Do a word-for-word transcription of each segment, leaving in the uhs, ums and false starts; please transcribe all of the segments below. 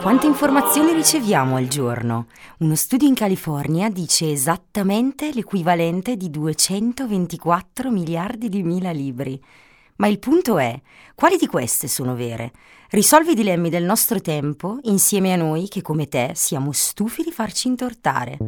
Quante informazioni riceviamo al giorno? Uno studio in California dice esattamente l'equivalente di duecentoventiquattro miliardi di mila libri. Ma il punto è, quali di queste sono vere? Risolvi i dilemmi del nostro tempo insieme a noi che, come te, siamo stufi di farci intortare.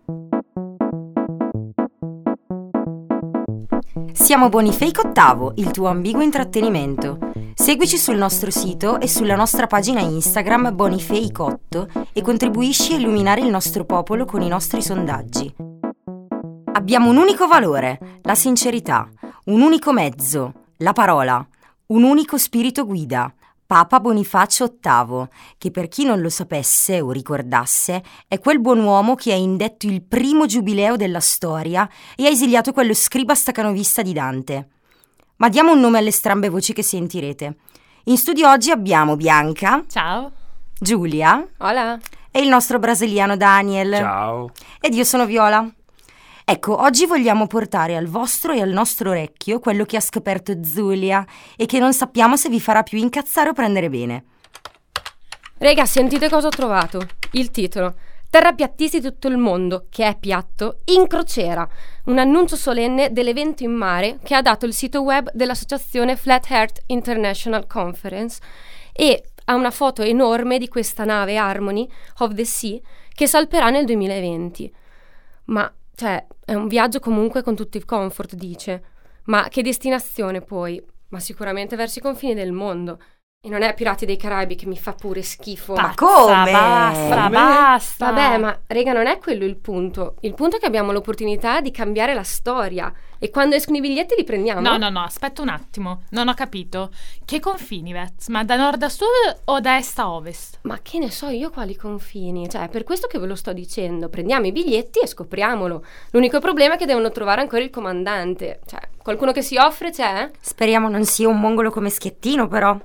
Siamo Bonifake Ottavo, il tuo ambiguo intrattenimento. Seguici sul nostro sito e sulla nostra pagina Instagram Bonifake otto e contribuisci a illuminare il nostro popolo con i nostri sondaggi. Abbiamo un unico valore, la sincerità, un unico mezzo, la parola, un unico spirito guida, Papa Bonifacio ottavo, che per chi non lo sapesse o ricordasse è quel buon uomo che ha indetto il primo giubileo della storia e ha esiliato quello scriba stacanovista di Dante. Ma diamo un nome alle strambe voci che sentirete. In studio oggi abbiamo Bianca. Ciao. Giulia. Hola. E il nostro brasiliano Daniel. Ciao. Ed io sono Viola. Ecco, oggi vogliamo portare al vostro e al nostro orecchio quello che ha scoperto Giulia e che non sappiamo se vi farà più incazzare o prendere bene. Rega, sentite cosa ho trovato. Il titolo: Terrapiattisti di tutto il mondo, che è piatto, in crociera. Un annuncio solenne dell'evento in mare che ha dato il sito web dell'associazione Flat Earth International Conference e ha una foto enorme di questa nave Harmony of the Sea che salperà nel duemilaventi. Ma, cioè, è un viaggio comunque con tutti i comfort, dice. Ma che destinazione poi? Ma sicuramente verso i confini del mondo. E non è Pirati dei Caraibi che mi fa pure schifo. Ma come? Basta, basta. Vabbè, ma rega, non è quello il punto. Il punto è che abbiamo l'opportunità di cambiare la storia. E quando escono i biglietti li prendiamo. No, no, no, aspetta un attimo. Non ho capito. Che confini, Vez? Ma da nord a sud o da est a ovest? Ma che ne so io quali confini? Cioè, è per questo che ve lo sto dicendo. Prendiamo i biglietti e scopriamolo. L'unico problema è che devono trovare ancora il comandante. Cioè, qualcuno che si offre c'è? Speriamo non sia un mongolo come Schiettino, però.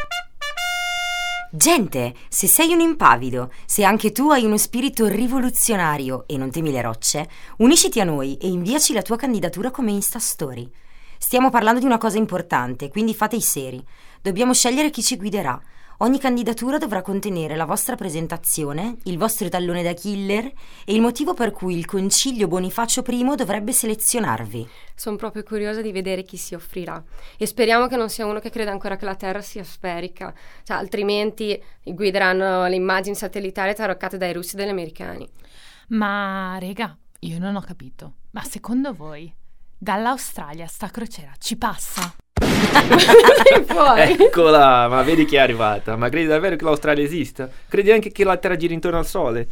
Gente, se sei un impavido, se anche tu hai uno spirito rivoluzionario e non temi le rocce, unisciti a noi e inviaci la tua candidatura come Instastory. Stiamo parlando di una cosa importante, quindi fate i seri. Dobbiamo scegliere chi ci guiderà. Ogni candidatura dovrà contenere la vostra presentazione, il vostro tallone da killer e il motivo per cui il Concilio Bonifacio primo dovrebbe selezionarvi. Sono proprio curiosa di vedere chi si offrirà e speriamo che non sia uno che creda ancora che la Terra sia sferica, cioè, altrimenti guideranno le immagini satellitari taroccate dai russi e dagli americani. Ma, rega, io non ho capito. Ma secondo voi dall'Australia sta crociera ci passa? Eccola, ma vedi chi è arrivata. Ma credi davvero che l'Australia esista? Credi anche che la Terra giri intorno al Sole?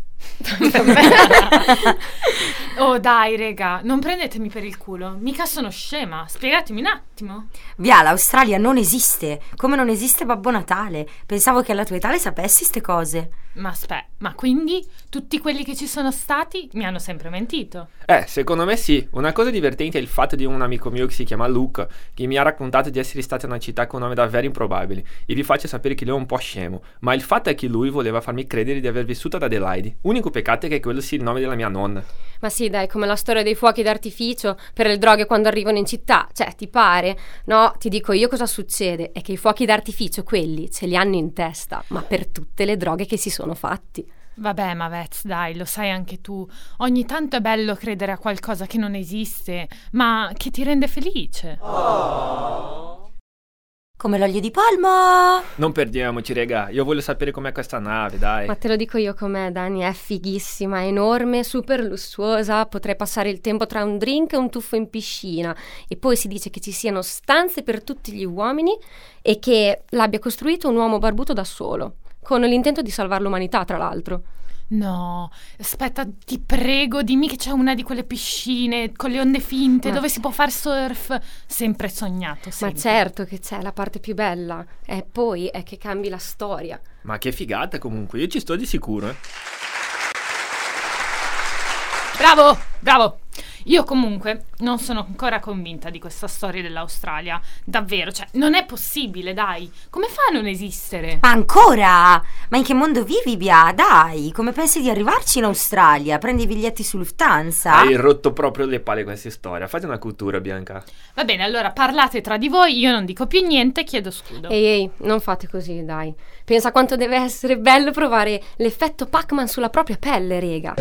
Oh dai, rega, non prendetemi per il culo. Mica sono scema. Spiegatemi un attimo. Via, l'Australia non esiste. Come non esiste Babbo Natale. Pensavo che alla tua età le sapessi ste cose. Ma aspetta, ma quindi tutti quelli che ci sono stati mi hanno sempre mentito? Eh, secondo me sì. Una cosa divertente è il fatto di un amico mio che si chiama Luca, che mi ha raccontato di essere stato in una città con un nome davvero improbabile. E vi faccio sapere che lui è un po' scemo. Ma il fatto è che lui voleva farmi credere di aver vissuto ad Adelaide. Unico peccato è che quello sia il nome della mia nonna. Ma sì, dai, come la storia dei fuochi d'artificio per le droghe quando arrivano in città. Cioè, ti pare? No, ti dico io cosa succede. È che i fuochi d'artificio, quelli, ce li hanno in testa. Ma per tutte le droghe che si sono fatti. Vabbè, ma Vez, dai, lo sai anche tu. Ogni tanto è bello credere a qualcosa che non esiste, ma che ti rende felice. Oh. Come l'olio di palma. Non perdiamoci, regà. Io voglio sapere com'è questa nave, dai. Ma te lo dico io com'è, Dani. È fighissima, enorme, super lussuosa. Potrei passare il tempo tra un drink e un tuffo in piscina. E poi si dice che ci siano stanze per tutti gli uomini e che l'abbia costruito un uomo barbuto da solo, con l'intento di salvare l'umanità, tra l'altro. No, aspetta, ti prego, dimmi che c'è una di quelle piscine con le onde finte, ma dove si può fare surf. Sempre sognato, sempre. Ma certo che c'è, la parte più bella. E poi è che cambi la storia. Ma che figata comunque, io ci sto di sicuro, eh. Bravo, bravo. Io comunque non sono ancora convinta di questa storia dell'Australia. Davvero, cioè, non è possibile, dai. Come fa a non esistere? Ancora? Ma in che mondo vivi, Bia? Dai, come pensi di arrivarci in Australia? Prendi i biglietti su Lufthansa? Hai rotto proprio le palle questa storia. Fate una cultura, Bianca. Va bene, allora parlate tra di voi, io non dico più niente, chiedo scudo. Ehi, ehi, non fate così, dai. Pensa quanto deve essere bello provare l'effetto Pac-Man sulla propria pelle, rega.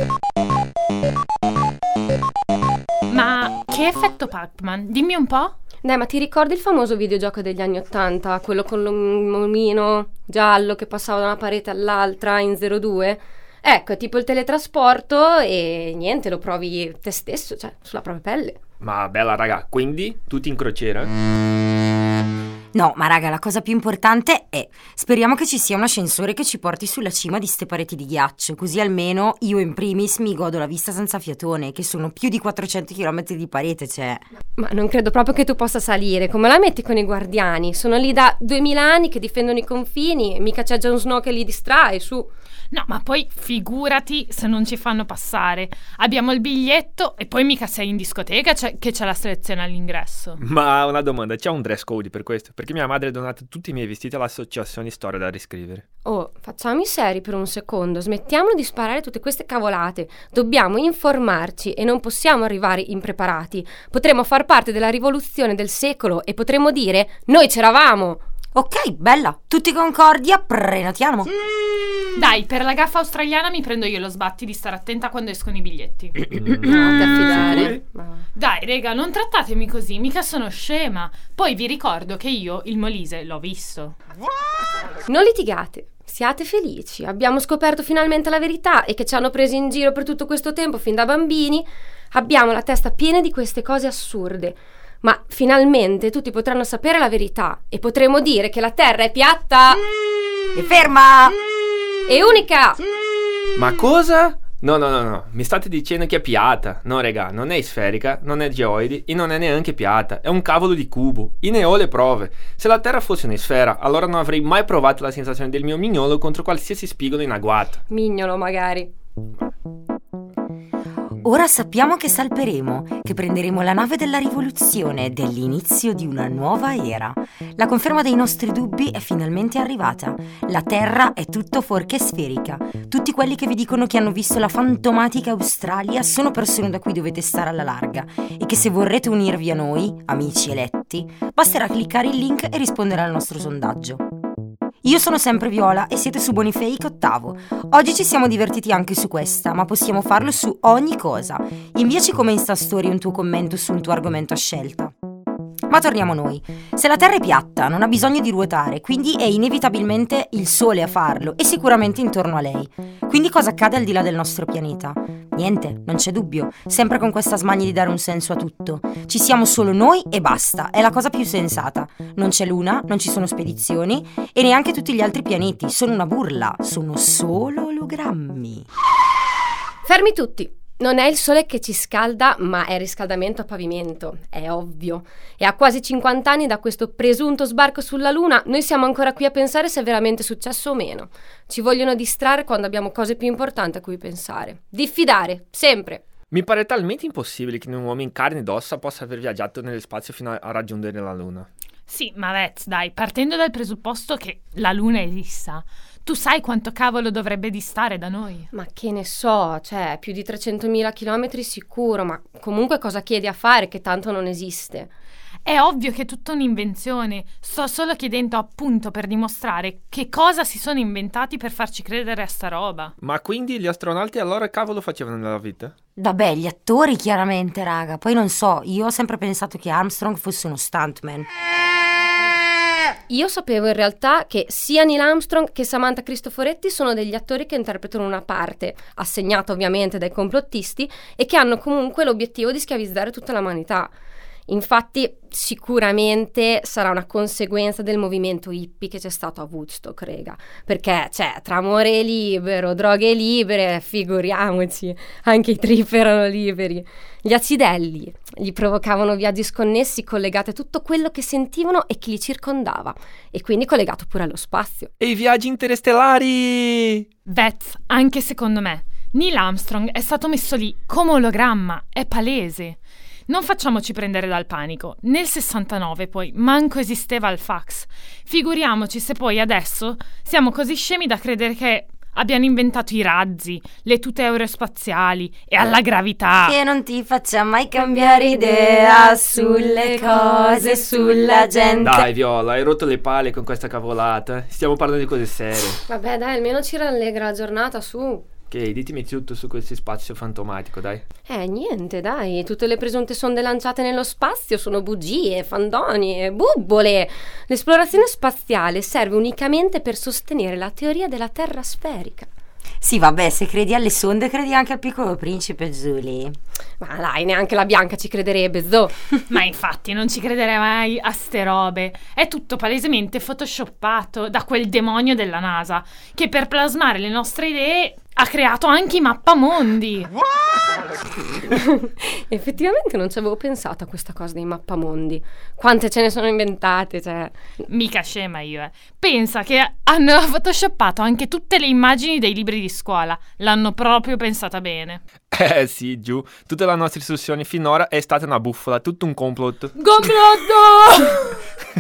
Ma che effetto Pac-Man? Dimmi un po'. Dai, ma ti ricordi il famoso videogioco degli anni Ottanta? Quello con l'omino giallo che passava da una parete all'altra in zero due? Ecco, è tipo il teletrasporto e niente, lo provi te stesso, cioè sulla propria pelle. Ma bella raga, quindi tutti in crociera? No, ma raga, la cosa più importante è: speriamo che ci sia un ascensore che ci porti sulla cima di ste pareti di ghiaccio, così almeno io in primis mi godo la vista senza fiatone, che sono più di quattrocento chilometri di parete, cioè. Ma non credo proprio che tu possa salire. Come la metti con i guardiani? Sono lì da duemila anni che difendono i confini, mica c'è Jon Snow che li distrae, su. No, ma poi figurati se non ci fanno passare. Abbiamo il biglietto e poi mica sei in discoteca cioè, che c'è la selezione all'ingresso. Ma una domanda, c'è un dress code per questo? Perché mia madre ha donato tutti i miei vestiti all'associazione Storia da riscrivere. Oh, facciamo seri per un secondo, smettiamo di sparare tutte queste cavolate. Dobbiamo informarci e non possiamo arrivare impreparati. Potremmo far parte della rivoluzione del secolo e potremmo dire: noi c'eravamo! Ok, bella, tutti concordia, prenotiamo. Dai, per la gaffa australiana mi prendo io lo sbatti di stare attenta quando escono i biglietti. No, ti affidare. Dai, rega, non trattatemi così, mica sono scema. Poi vi ricordo che io il Molise l'ho visto. Non litigate, siate felici. Abbiamo scoperto finalmente la verità e che ci hanno presi in giro per tutto questo tempo fin da bambini. Abbiamo la testa piena di queste cose assurde. Ma finalmente tutti potranno sapere la verità e potremo dire che la Terra è piatta E ferma! e unica. Ma cosa? No, no, no, no, mi state dicendo che è piatta. No, regà, non è sferica, non è geoide e non è neanche piatta. È un cavolo di cubo. Io ne ho le prove. Se la Terra fosse una sfera, allora non avrei mai provato la sensazione del mio mignolo contro qualsiasi spigolo in agguato. Mignolo, magari. Ora sappiamo che salperemo, che prenderemo la nave della rivoluzione, dell'inizio di una nuova era. La conferma dei nostri dubbi è finalmente arrivata. La Terra è tutto fuorché sferica. Tutti quelli che vi dicono che hanno visto la fantomatica Australia sono persone da cui dovete stare alla larga e che se vorrete unirvi a noi, amici eletti, basterà cliccare il link e rispondere al nostro sondaggio. Io sono sempre Viola e siete su Bonifake ottavo. Oggi ci siamo divertiti anche su questa, ma possiamo farlo su ogni cosa. Inviaci come Insta Story un tuo commento su un tuo argomento a scelta. Ma torniamo a noi. Se la Terra è piatta, non ha bisogno di ruotare, quindi è inevitabilmente il Sole a farlo e sicuramente intorno a lei. Quindi cosa accade al di là del nostro pianeta? Niente, non c'è dubbio, sempre con questa smania di dare un senso a tutto. Ci siamo solo noi e basta, è la cosa più sensata. Non c'è luna, non ci sono spedizioni e neanche tutti gli altri pianeti, sono una burla, sono solo ologrammi. Fermi tutti. Non è il sole che ci scalda, ma è il riscaldamento a pavimento, è ovvio. E a quasi cinquanta anni da questo presunto sbarco sulla Luna, noi siamo ancora qui a pensare se è veramente successo o meno. Ci vogliono distrarre quando abbiamo cose più importanti a cui pensare. Diffidare, sempre. Mi pare talmente impossibile che un uomo in carne ed ossa possa aver viaggiato nello spazio fino a raggiungere la Luna. Sì, ma Vez, dai, partendo dal presupposto che la Luna esista, tu sai quanto cavolo dovrebbe distare da noi? Ma che ne so, cioè più di trecentomila chilometri sicuro, ma comunque cosa chiedi a fare che tanto non esiste? È ovvio che è tutta un'invenzione. Sto solo chiedendo appunto per dimostrare che cosa si sono inventati per farci credere a sta roba. Ma quindi gli astronauti allora cavolo facevano nella vita? Vabbè, gli attori chiaramente, raga. Poi non so, io ho sempre pensato che Armstrong fosse uno stuntman. Io sapevo in realtà che sia Neil Armstrong che Samantha Cristoforetti sono degli attori che interpretano una parte, assegnata ovviamente dai complottisti, e che hanno comunque l'obiettivo di schiavizzare tutta l'umanità. Infatti sicuramente sarà una conseguenza del movimento hippie che c'è stato a Woodstock, rega, perché cioè tra amore libero, droghe libere, figuriamoci, anche i trip erano liberi. Gli acidelli gli provocavano viaggi sconnessi collegati a tutto quello che sentivano e chi li circondava, e quindi collegato pure allo spazio. E i viaggi interstellari! Vez, anche secondo me Neil Armstrong è stato messo lì come ologramma, è palese. Non facciamoci prendere dal panico. Nel sessantanove poi manco esisteva il fax. Figuriamoci se poi adesso siamo così scemi da credere che abbiano inventato i razzi, le tute aerospaziali e alla gravità. Che non ti faccia mai cambiare idea sulle cose, sulla gente. Dai Viola, hai rotto le palle con questa cavolata. Stiamo parlando di cose serie. Vabbè dai, almeno ci rallegra la giornata, su. Ok, ditemi tutto su questo spazio fantomatico, dai. Eh, niente, dai, tutte le presunte sonde lanciate nello spazio sono bugie, fandoni e bubbole. L'esplorazione spaziale serve unicamente per sostenere la teoria della Terra sferica. Sì, vabbè, se credi alle sonde, credi anche al Piccolo Principe, Giulia. Ma dai, neanche la Bianca ci crederebbe, zo. Ma infatti non ci crederei mai a ste robe. È tutto palesemente photoshoppato da quel demonio della NASA, che per plasmare le nostre idee ha creato anche i mappamondi. Effettivamente non ci avevo pensato a questa cosa dei mappamondi. Quante ce ne sono inventate, cioè. Mica scema io, eh. Pensa che hanno photoshoppato anche tutte le immagini dei libri di scuola. L'hanno proprio pensata bene. Eh sì, giù. Tutta la nostra istruzione finora è stata una bufala, tutto un complot. Complotto!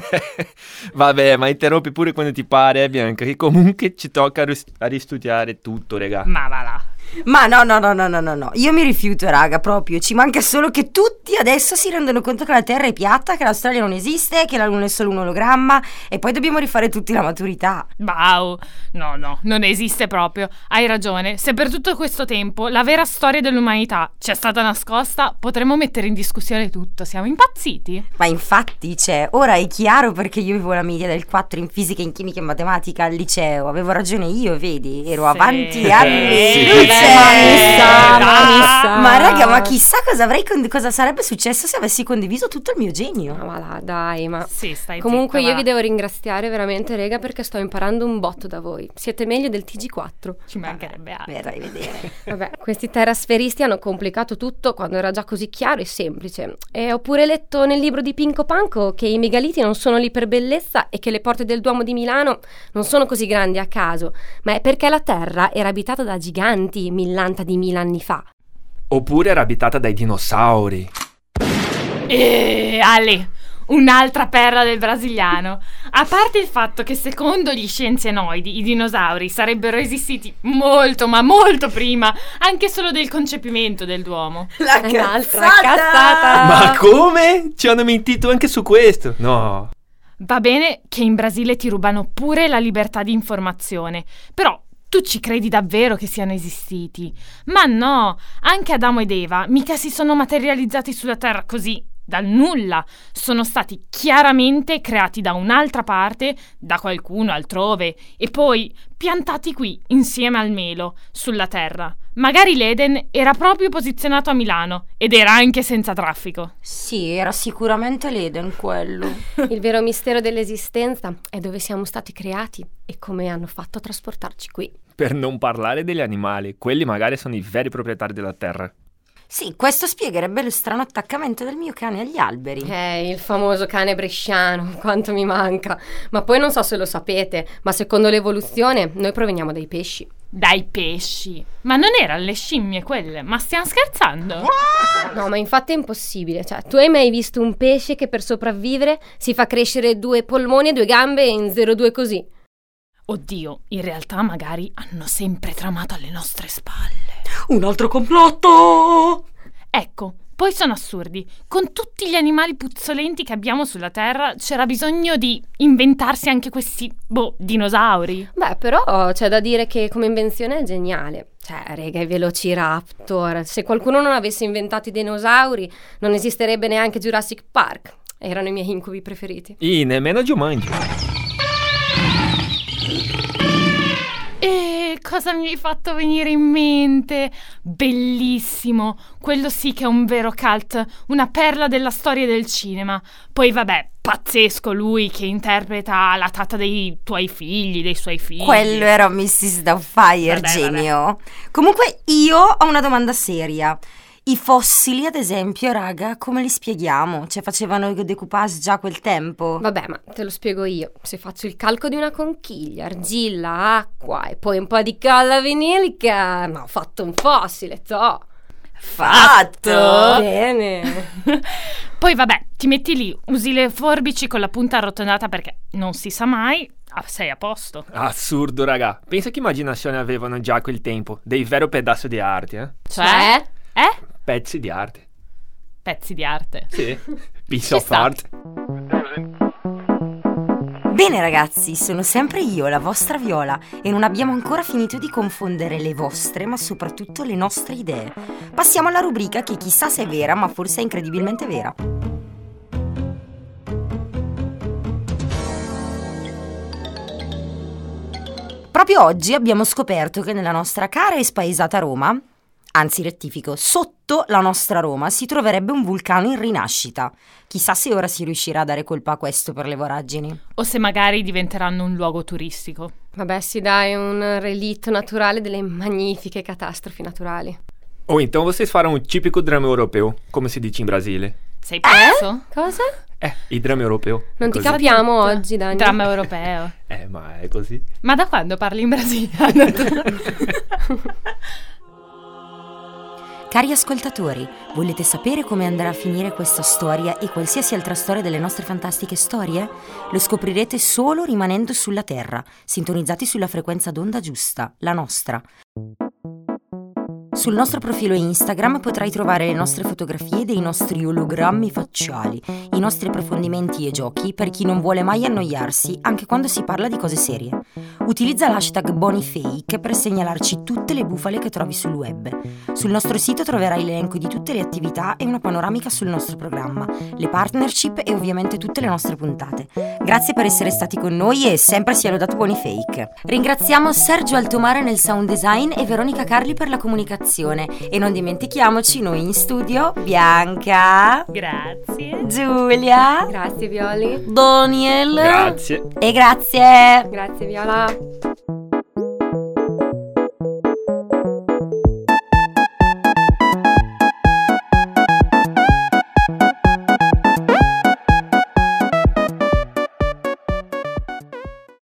Vabbè, ma interrompi pure quando ti pare, eh, Bianca, che comunque ci tocca a, ris- a ristudiare tutto, raga. Ma va là. Ma no, no, no, no, no, no, no. Io mi rifiuto, raga, proprio. Ci manca solo che tutti adesso si rendono conto che la Terra è piatta, che l'Australia non esiste, che la Luna è solo un ologramma e poi dobbiamo rifare tutti la maturità. Wow, no, no, non esiste proprio. Hai ragione. Se per tutto questo tempo la vera storia dell'umanità ci è stata nascosta, potremmo mettere in discussione tutto. Siamo impazziti? Ma infatti, cioè, ora è chiaro perché io avevo la media del quattro in fisica, in chimica e in matematica al liceo. Avevo ragione io, vedi? Ero Sì. avanti anni Sì. luce. Ma mi sa, ma mi sa. Ma raga, ma chissà cosa avrei con- cosa sarebbe successo se avessi condiviso tutto il mio genio. Ma va là, dai, ma Sì, stai comunque zitta, io va. vi devo ringraziare veramente, rega, perché sto imparando un botto da voi. Siete meglio del T G quattro. Ci mancherebbe altro. Verrai a vedere. Vabbè, questi terrasferisti hanno complicato tutto quando era già così chiaro e semplice. E ho pure letto nel libro di Pinco Panco che i megaliti non sono lì per bellezza e che le porte del Duomo di Milano non sono così grandi a caso, ma è perché la Terra era abitata da giganti millanta di mila anni fa. Oppure era abitata dai dinosauri. E Ale, un'altra perla del brasiliano. A parte il fatto che secondo gli scienzianoidi i dinosauri sarebbero esistiti molto ma molto prima anche solo del concepimento del Duomo. La È un'altra cazzata! cazzata. Ma come? Ci hanno mentito anche su questo? No. Va bene che in Brasile ti rubano pure la libertà di informazione, però tu ci credi davvero che siano esistiti? Ma no, anche Adamo ed Eva mica si sono materializzati sulla Terra così, dal nulla. Sono stati chiaramente creati da un'altra parte, da qualcuno altrove, e poi piantati qui, insieme al melo, sulla Terra. Magari l'Eden era proprio posizionato a Milano, ed era anche senza traffico. Sì, era sicuramente l'Eden quello. Il vero mistero dell'esistenza è dove siamo stati creati e come hanno fatto a trasportarci qui. Per non parlare degli animali, quelli magari sono i veri proprietari della terra. Sì, questo spiegherebbe lo strano attaccamento del mio cane agli alberi. Eh, il famoso cane bresciano, quanto mi manca. Ma poi non so se lo sapete, ma secondo l'evoluzione noi proveniamo dai pesci. Dai pesci. Ma non erano le scimmie quelle? Ma stiamo scherzando? No, ma infatti è impossibile. Cioè, tu hai mai visto un pesce che per sopravvivere si fa crescere due polmoni e due gambe in zero virgola due così? Oddio, in realtà magari hanno sempre tramato alle nostre spalle. Un altro complotto! Ecco, poi sono assurdi. Con tutti gli animali puzzolenti che abbiamo sulla Terra, c'era bisogno di inventarsi anche questi, boh, dinosauri. Beh, però c'è da dire che come invenzione è geniale. Cioè, rega, i velociraptor. Se qualcuno non avesse inventato i dinosauri, non esisterebbe neanche Jurassic Park. Erano i miei incubi preferiti. E nemmeno Jumanji. E cosa mi hai fatto venire in mente? Bellissimo, quello sì che è un vero cult, una perla della storia del cinema. Poi vabbè, pazzesco lui che interpreta la tata dei tuoi figli, dei suoi figli. Quello era missus Doubtfire, Vabbè, genio. Comunque io ho una domanda seria. I fossili, ad esempio, raga, come li spieghiamo? Cioè, facevano il decoupage già a quel tempo? Vabbè, ma te lo spiego io. Se faccio il calco di una conchiglia, argilla, acqua e poi un po' di colla vinilica, ma ho fatto un fossile, toh. Fatto! Bene. Poi vabbè, ti metti lì, usi le forbici con la punta arrotondata perché non si sa mai, ah, sei a posto. Assurdo, raga. Pensa che immaginazione avevano già a quel tempo. Dei vero pedazo di arte, eh? Cioè? Eh? Pezzi di arte. Pezzi di arte. Sì. Piece Ci of sta. art. Bene ragazzi, sono sempre io, la vostra Viola, e non abbiamo ancora finito di confondere le vostre, ma soprattutto le nostre idee. Passiamo alla rubrica che chissà se è vera, ma forse è incredibilmente vera. Proprio oggi abbiamo scoperto che nella nostra cara e spaesata Roma, anzi rettifico, sotto la nostra Roma si troverebbe un vulcano in rinascita. Chissà se ora si riuscirà a dare colpa a questo per le voragini. O se magari diventeranno un luogo turistico. Vabbè, sì, dai, un relitto naturale delle magnifiche catastrofi naturali. Ou então vocês farão um típico drama europeu, come si dice in Brasile. Sei pazzo? Cosa? Eh, il dramma europeo. Non ti Così. capiamo oggi, Dani. Dramma europeo. Eh, ma è così. Ma da quando parli in brasiliano? Cari ascoltatori, volete sapere come andrà a finire questa storia e qualsiasi altra storia delle nostre fantastiche storie? Lo scoprirete solo rimanendo sulla Terra, sintonizzati sulla frequenza d'onda giusta, la nostra. Sul nostro profilo Instagram potrai trovare le nostre fotografie dei nostri ologrammi facciali, i nostri approfondimenti e giochi per chi non vuole mai annoiarsi anche quando si parla di cose serie. Utilizza l'hashtag Bonifake per segnalarci tutte le bufale che trovi sul web. Sul nostro sito troverai l'elenco di tutte le attività e una panoramica sul nostro programma, le partnership e ovviamente tutte le nostre puntate. Grazie per essere stati con noi e sempre sia lodato Bonifake. Ringraziamo Sergio Altomare nel sound design e Veronica Carli per la comunicazione. E non dimentichiamoci noi in studio Bianca, Grazie. Giulia, Grazie, Violi. Daniel Grazie. e grazie. Grazie, Viola.